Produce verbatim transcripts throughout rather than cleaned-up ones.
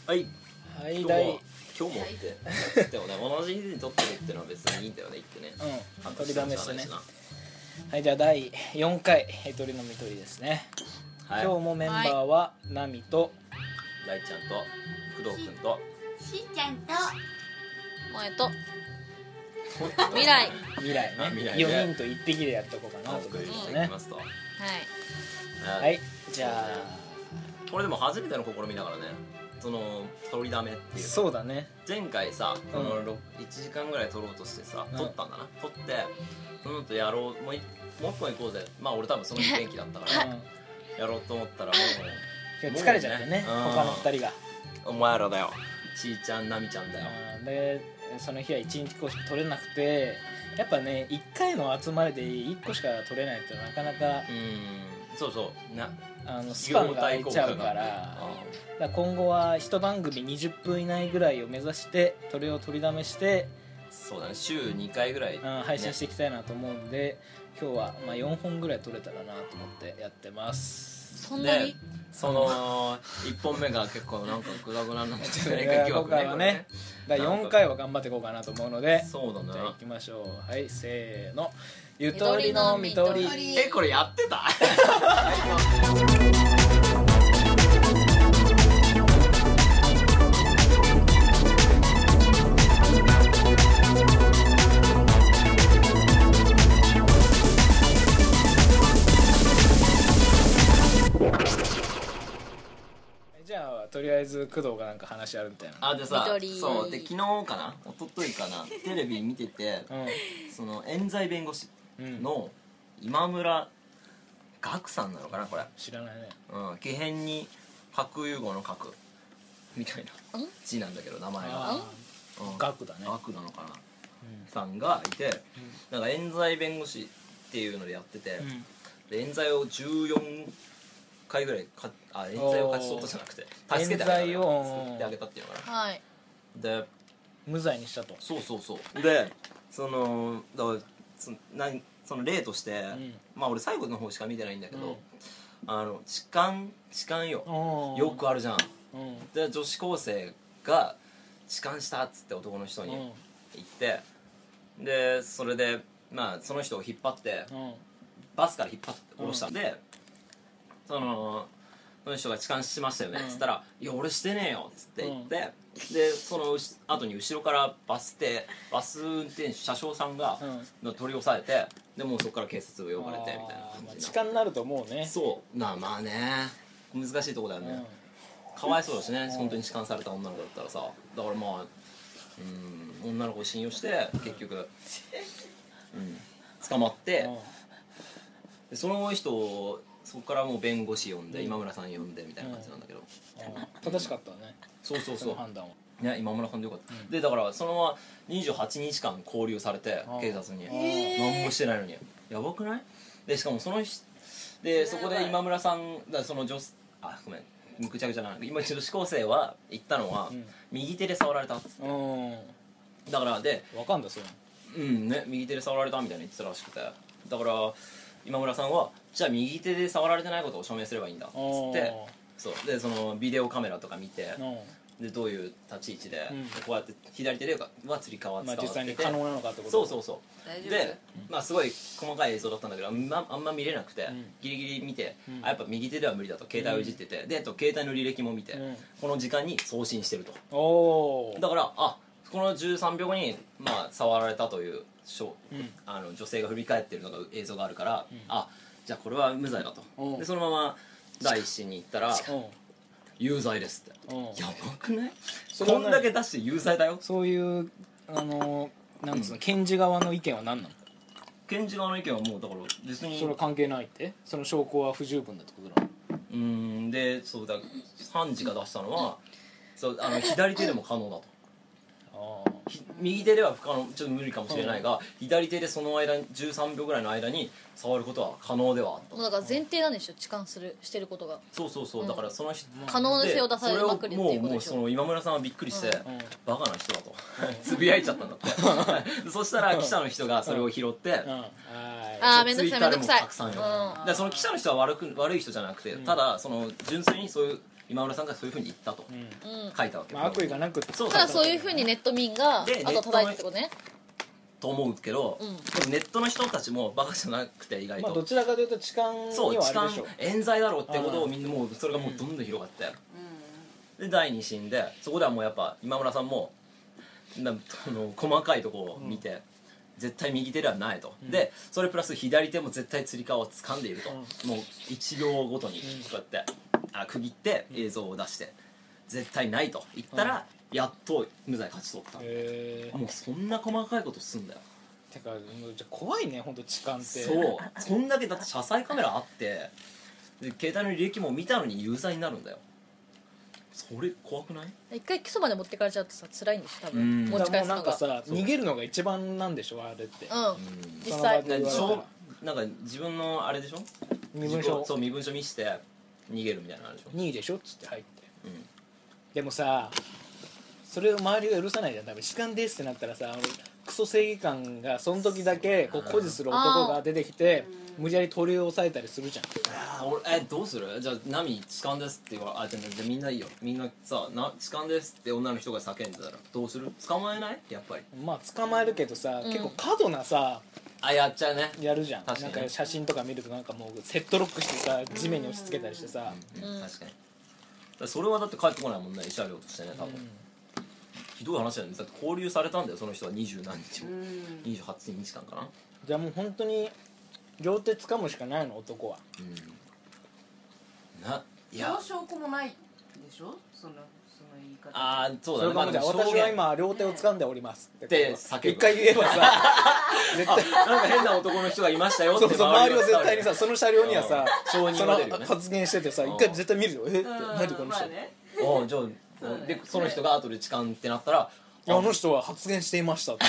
はいはい今日も今日もってでもね同じ日に撮ってるってのは別にいいんだよね言ってねうん取りだめしてねなはいじゃあだいよんかい鳥のみ取りですね、はい、今日もメンバーはナミと大ちゃんと工藤くんとしーちゃんと萌えと未来未来ね未来ねよにんといっぴきでやっていこうかなと思いますね、 はいはいじゃあこれでも初めての試みだからねその取りだめっていうそうだね前回さこのうんいちじかんぐらい撮ろうとしてさ、 うん撮ったんだな撮ってその後やろうもういもう一本行こうぜまあ俺多分その日元気だったからうんやろうと思ったらも今日疲れちゃってねもうね他のふたりがうお前らだよちーちゃんなみちゃんだようんでその日はいちにちこしか取れなくてやっぱねいっかいの集まりでいっこしか取れないってなかなかうんそうそうなあのスパンが空いちゃうからだから今後は一番組にじゅっぷん以内ぐらいを目指してそれを取りだめしてそうだね週にかいぐらい、ね、 うん配信していきたいなと思うんで今日はまあよんほんぐらい取れたらなと思ってやってますそんなにでそのいっぽんめが結構なんかグダグダになっちゃうね今回はねだからよんかいは頑張っていこうかなと思うのでそうだねじゃあ行きましょうはいせーのゆとりのみとりえこれやってたじゃあとりあえず工藤がなんか話あるみたいなあでさ緑そうで昨日かな一昨日かなテレビ見ててその冤罪弁護士の今村岳さんなのかなこれ知らないねうん木偏に白融語の角みたいな字なんだけど名前があうんー岳だね岳なのかなさんがいてなんか冤罪弁護士っていうのでやっててうんで冤罪をじゅうよんかいぐらいかあ冤罪を勝ち取ったじゃなくて助けてあげた冤罪を救ってあげたっていうのかなはいで無罪にしたとそうそうそうでそのだからその何その例として、 んまあ俺最後の方しか見てないんだけど、 うんあの痴漢痴漢よおーよくあるじゃんうんで女子高生が痴漢したっつって男の人にうん言ってでそれでまあその人を引っ張ってうんバスから引っ張って下ろしたんで、そのその人が痴漢しましたよねっつったら「いや俺してねえよ」っつって言って、でその後に後ろからバス停バス運転手車掌さんが取り押さえてでもうそこから警察を呼ばれてみたいなあーまあ感じ痴漢になると思うねそうなあまあね難しいとこだよね、 うんかわいそうだしね本当に痴漢された女の子だったらさだからまあうん女の子を信用して結局、うん、捕まってでその人をそこからもう弁護士呼んで、 うん今村さん呼んでみたいな感じなんだけど、 うん正しかったねそうそうそうその判断はね今村さんでよかった、 うんでだからそのままにじゅうはちにちかん勾留されてあー警察にあー何もしてないのにやばくないでしかもその人でそこで今村さんだその女あごめんぐちゃぐちゃな今女子高生は言ったのは、 うん右手で触られたっつってうんだからでわかんだそういうのうんね右手で触られたみたいに言ってたらしくてだから今村さんはじゃあ右手で触られてないことを証明すればいいんだっつってそうでそのビデオカメラとか見てうんでどういう立ち位置で、 うんこうやって左手ではつり革使まあ実ってて、 際に可能なのかってことそうそうそ大丈夫うで、まあすごい細かい映像だったんだけど、まあんま見れなくて、 んギリギリ見て、 うんあやっぱ右手では無理だと携帯をいじってて、であと携帯の履歴も見て、 うんこの時間に送信してるとおおだからあこのじゅうさんびょうごに、まあ、触られたというしょ、 うんあの女性が振り返ってるのが映像があるから、 うんあじゃあこれは無罪だと、 うんでそのまま第一審に行ったら有罪ですって、 うんやばくないそれは何こんだけ出して有罪だよそういうあのなんつうの検事側の意見は何なの検事側の意見はもうだから別にそれは関係ないってその証拠は不十分だってことなのうーんでそうだ判事が出したのはそうあの左手でも可能だとあひ右手では不可能ちょっと無理かもしれないが、左手でその間にじゅうさんびょうぐらいの間に触ることは可能ではあったもうだから前提なんでしょ痴漢するしてることがそうそうそう、 うんだからその人可能性を出されまくるっていうことでそれをもうもうでしょその今村さんはびっくりして、 うんうんバカな人だとつぶやいちゃったんだってそしたら記者の人がそれを拾って、 あうんはいあーめんどくさいめんどくさいツイッターでも拡散よ、 うんだからその記者の人は悪く悪い人じゃなくて、ただその純粋にそういう今村さんがそういうふうに言ったとうん書いたわけ、 まあ、悪意がなくそうただそういうふうにネット民がであと叩いてってことね。 と思うけど、 うんでもネットの人たちもバカじゃなくて意外と、 まあどちらかというと痴漢にそう痴漢はあるでしょ冤罪だろうってことをみんなもうそれがもうどんどん広がって、でだいに審でそこではもうやっぱ今村さんもなあの細かいとこを見て、絶対右手ではないと、 うんでそれプラス左手も絶対つり革を掴んでいると、もういちびょうごとにこうやって、あ区切って映像を出して、絶対ないと言ったら、やっと無罪勝ち取った、 へえもうそんな細かいことすんだよ。 てかもうじゃあ怖いね本当痴漢ってそうそんだけだって車載カメラあってで携帯の履歴も見たのに有罪になるんだよ。それ怖くない？ 一回基礎まで持ってかれちゃうとさ辛いんでしょ多うん分。持ちだからもうなんか返すのが。 さ逃げるのが一番なんでしょあれってうん。実その場際で言われたらしょなんか自分のあれでしょ、 身分証自己そう身分証見して逃げるみたいなのあるでしょ、 にいでしょっつって入ってうんでもさそれを周りが許さないじゃん多分痴漢ですってなったらさクソ正義感がその時だけこう誇示する男が出てきて無理やり鳥を押さえたりするじゃんあー俺えどうする？じゃあナミ痴漢ですって言われあじゃあじゃあみんないいよ、みんなさな痴漢ですって女の人が叫んでたらどうする？捕まえない？やっぱりまあ捕まえるけどさ、 うん結構過度なさあやっちゃうね。 やるじゃん確かになんか写真とか見るとなんかもうセットロックしてさ地面に押し付けたりしてさ、 うん確かに。だからそれはだって帰ってこないもんね、慰謝料としてね多分、ひどい話だよね。だって交流されたんだよその人は二十何日も、にじゅうはちにちかんかな。 じゃあもう本当に両手掴むしかないの男はうんないやその証拠もないでしょそのその言い方あーそうそだね。 れかもじゃあ私は今両手を掴んでおりますっって叫ぶ一回言えばさ絶対なんか変な男の人がいましたよってそうそう周りは絶対にささその車両にはさ承その認が出るよね。 発言しててさうん一回絶対見るよえってうん何この人、 まあねおじゃあそうだねでその人が後で痴漢ってなったらあの人は発言していましたって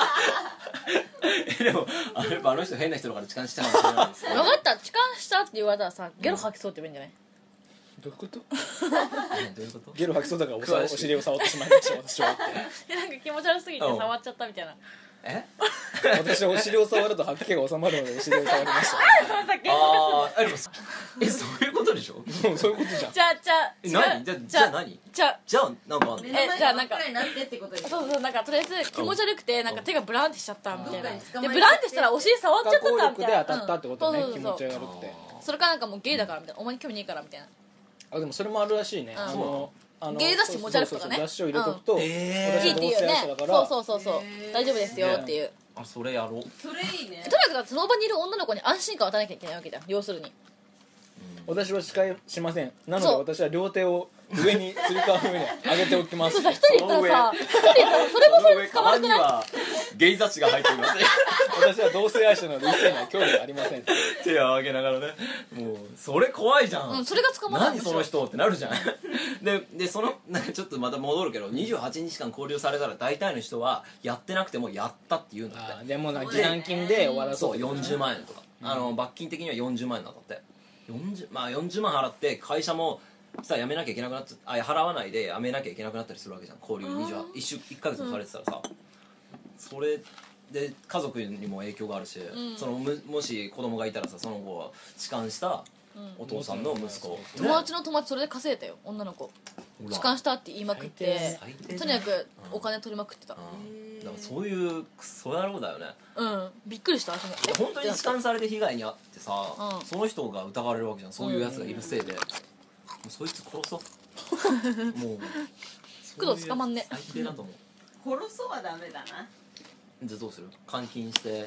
えでもあれあの人変な人だから痴漢したかもしれないですけど分かった痴漢したって言われたらさゲロ吐きそうって言えばいいんじどういうことえどういうこと？ ゲロ吐きそうだからおさ詳しいお尻を触ってしまいました私はってゃないなんか気持ち悪すぎてうん触っちゃったみたいな。 え私はお尻を触ると吐き気が収まるのでお尻を触りましたあーえでもえそういうことでしょ？ もうそういうことじゃんじゃあじゃあえ違う何じゃあじゃあ何じゃあじゃあなんかあんの目の前えじゃあなんか真っ暗になってってことでしょそうそうなんかとりあえず気持ち悪くてなんか手がブランってしちゃったみたいなどっかに捕まえてでブランってしたらお尻触っちゃって不可抗たみたいな力で当たったってことね、 うん気持ち悪そうそうくてそうそれかなんかもうゲイだからみたいなお前に興味ねえからみたいなあでもそれもあるらしいね、 うんあのあのゲイ雑誌持ち歩くとかねそうそうそう雑誌を入れとくと、 うんへー私は同いいっていうね性愛者だからそうそうそうそうへー大丈夫ですよっていうあそれやろう。 それいいねとにかくだってその場にいる女の子に安心感を与えなきゃいけないわけじゃん要するに私は司会しませんなのでそう私は両手を上につり革の上に上げておきますそうさ一人いたらさ一人いたらそれもそれで捕まるくない？ はゲイ雑誌が入っていますね。 私は同性愛者なので一切の興味がありません手を上げながらね、もうそれ怖いじゃん、 うんそれが捕まらない何その人ってなるじゃんででそのなんかちょっとまた戻るけどにじゅうはちにちかん勾留されたら大体の人はやってなくてもやったって言うんだって。 あーでもな示談金で終わらそそううよんじゅうまんえんとか、あの罰金的にはよんじゅうまんえんなんだって。よんじゅうまあよんじゅうまん払って会社もさ辞めなきゃいけなくなっちゃあ払わないで辞めなきゃいけなくなったりするわけじゃん。交流にじゅうはち 1, 週いっかげつもされてたらさ、それで家族にも影響があるし、 んそのむもし子供がいたらさその後痴漢したお父さんの息子、 うん友達の友達それで稼いだよ女の子痴漢したって言いまくって最低とにかくお金取りまくってたうんだからそういうクソ野郎だよね。 うんびっくりした私もえ本当に痴漢されて被害に遭ってさ、 うんその人が疑われるわけじゃん。そういうやつがいるせいで、もうそいつ殺そうもう工藤捕まんね最低だと思う。 殺そうはダメだなじゃあどうする？監禁して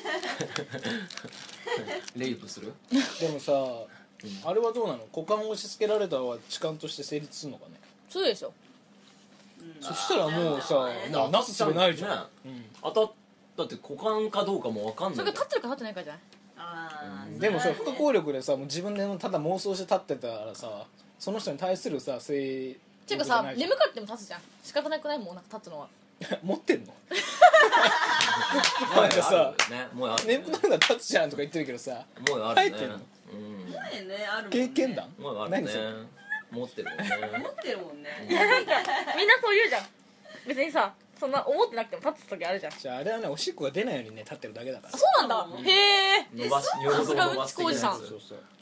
レイプする？ でもさ、あれはどうなの股間を押し付けられたは痴漢として成立するのかねそうでしょそしたらもうさななすすべないじゃん、 ね当たっだって股間かどうかも分かんないそれが立ってるか立ってないかじゃないあーでもさそれはね不可抗力でさもう自分でただ妄想して立ってたらさその人に対するさ性っていうかさ眠かっても立つじゃん仕方なくないもんなんか立つのは持ってんのもうなんかさあるねもうある眠くなるなら立つじゃんとか言ってるけどさもうあるね入ってんのうんねねあるもんね経験談もうあるね何それ持ってるよ持ねってるもんねみんなそう言うじゃん別にさそんな思ってなくても立つ時あるじゃんじゃああれはねおしっこが出ないようにね立ってるだけだからそうなんだへえ伸ばしさ尿道すが伸ばす的なやつうんちこおじさんそうそうあ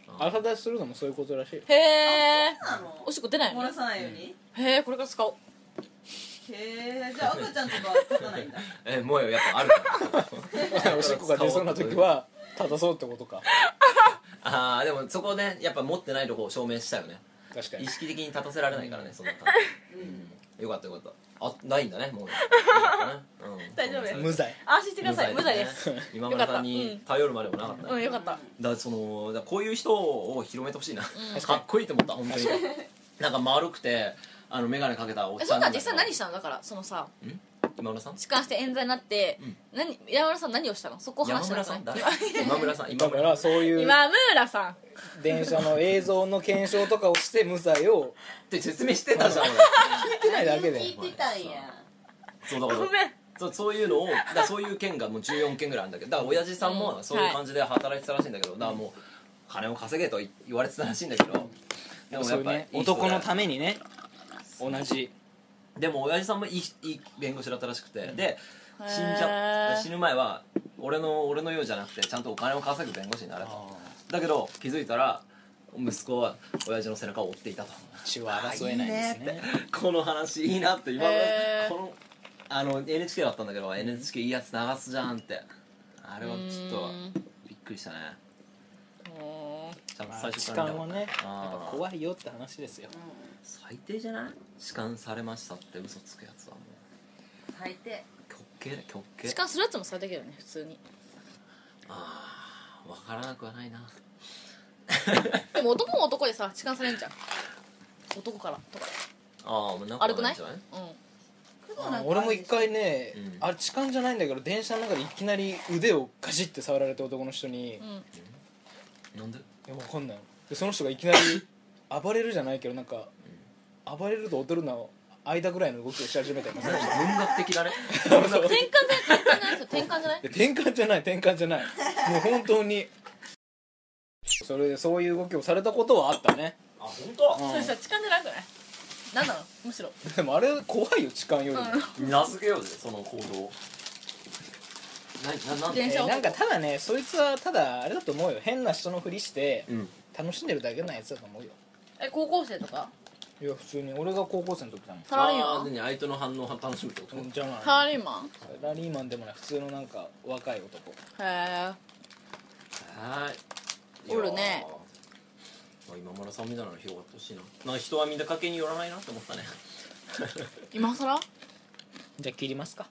朝立ちするのもそういうことらしいよ。 へえなのおしっこ出ないの漏らさないように、 へえこれから使おうへえじゃあ赤ちゃんとか立たないんだえもうやっぱあるからおしっこが出そうな時は立たそうってことか。 ああでもそこねやっぱ持ってないとこを証明したよね。 確かに意。識的に立たせられないからね、そんな感じ、うん、よかったよかった。あないんだねもうね、うん、 大丈夫です無罪。 安心してください無罪ですね今村さんに頼るまでもなかったね、 うんよかっただからそのだからこういう人を広めてほしいな、 うんかっこいいと思った本当になんか丸くてあの眼鏡かけたおっえそんなんちゃんだけど実際何したのだからそのさ今村さん痴漢して冤罪になって、 うん何山村さん何をしたのそこを山話したの村さん誰今村さん今だか村らそういう今村さん電車の映像の検証とかをして無罪をって説明してたじゃん俺聞いてないだけで。 聞いてたんやそうだからごめんそうそういうのをだからそういう件がもうじゅうよんけんぐらいあるんだけどだから親父さんもそういう感じで働いてたらしいんだけど、だからもう金を稼げと言われてたらしいんだけど、でもそういうねいい人で男のためにね同じ。 でも親父さんもいいいい弁護士だったらしくて、で死んじへーゃ死ぬ前は俺の俺のようじゃなくてちゃんとお金を稼ぐ弁護士になれと。だけど気づいたら息子は親父の背中を追っていたと。 血は争えないですね。 この話いいなって今のへーこのあの エヌエイチケー だったんだけど エヌエイチケー いいやつ流すじゃんってあれはちょっとうんびっくりしたね。 うんちゃんとまあ最初から痴漢はねやっあーぱ怖いよって話ですよ。 最低じゃない痴漢されましたって嘘つくやつはも最低う極刑だよ極刑。 痴漢するやつもされたけどね普通にああ分からなくはないな。 でも男も男でさ痴漢されんじゃん男からとかああもうなんか悪くないんじゃないうんあ俺も一回ね、 うんあれ痴漢じゃないんだけど電車の中でいきなり腕をガシッて触られた男の人に、いうんなんでやわかんないのでその人がいきなり暴れるじゃないけどなんか暴れると踊るの間ぐらいの動きをし始めたりもするし文学的だね。 転換じゃない転換じゃないですよ転換じゃないで転換じゃない転換じゃないもう本当にそれでそういう動きをされたことはあったね。 あ本当。 それさ痴漢じゃなくない何なのむしろでもあれ怖いよ痴漢より、 名付けようぜその行動。なななんで。 電車をえーなんかただねそいつはただあれだと思うよ変な人のふりしてうん。 楽しんでるだけのやつだと思うよ。 え高校生とかいや普通に俺が高校生の時だもんサラリーあマンーで相手の反応を楽しむってこと。 うんじゃないサラリーマンサラリーマンでもない普通のなんか若い男。 へえはい。 おるねいやー。今村さんみたいなの広がってほしいな。なんか人はみんな賭けによらないなって思ったね。 今更じゃあ切りますか。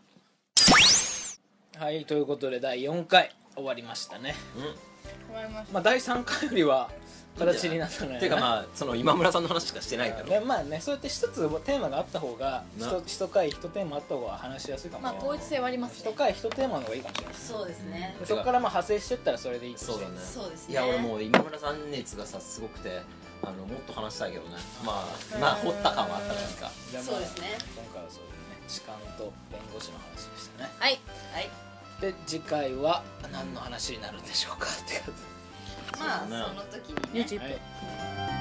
はいということでだいよんかい終わりましたね。 うん。 わかりましまあだいさんかいよりは形になったね。 ていうかまあその今村さんの話しかしてないけど。 ねまあねそうやって一つテーマがあった方がな一一回一テーマあった方が話しやすいかもまあね。 統一性はあります一ね回一テーマの方がいいかもしれない。 そうですねでそこからまあ派生してったらそれでいいとして。 そうだね。 そうですねいや俺もう今村さん熱がさすごくてあのもっと話したいけどね。まあまあ掘った感はあったなんか。 じゃあまあそうですね今回はそういうね痴漢と弁護士の話でしたね。 はいはいで次回は何の話になるんでしょうかって感じ。 まあそうだねその時にねユーチューブはい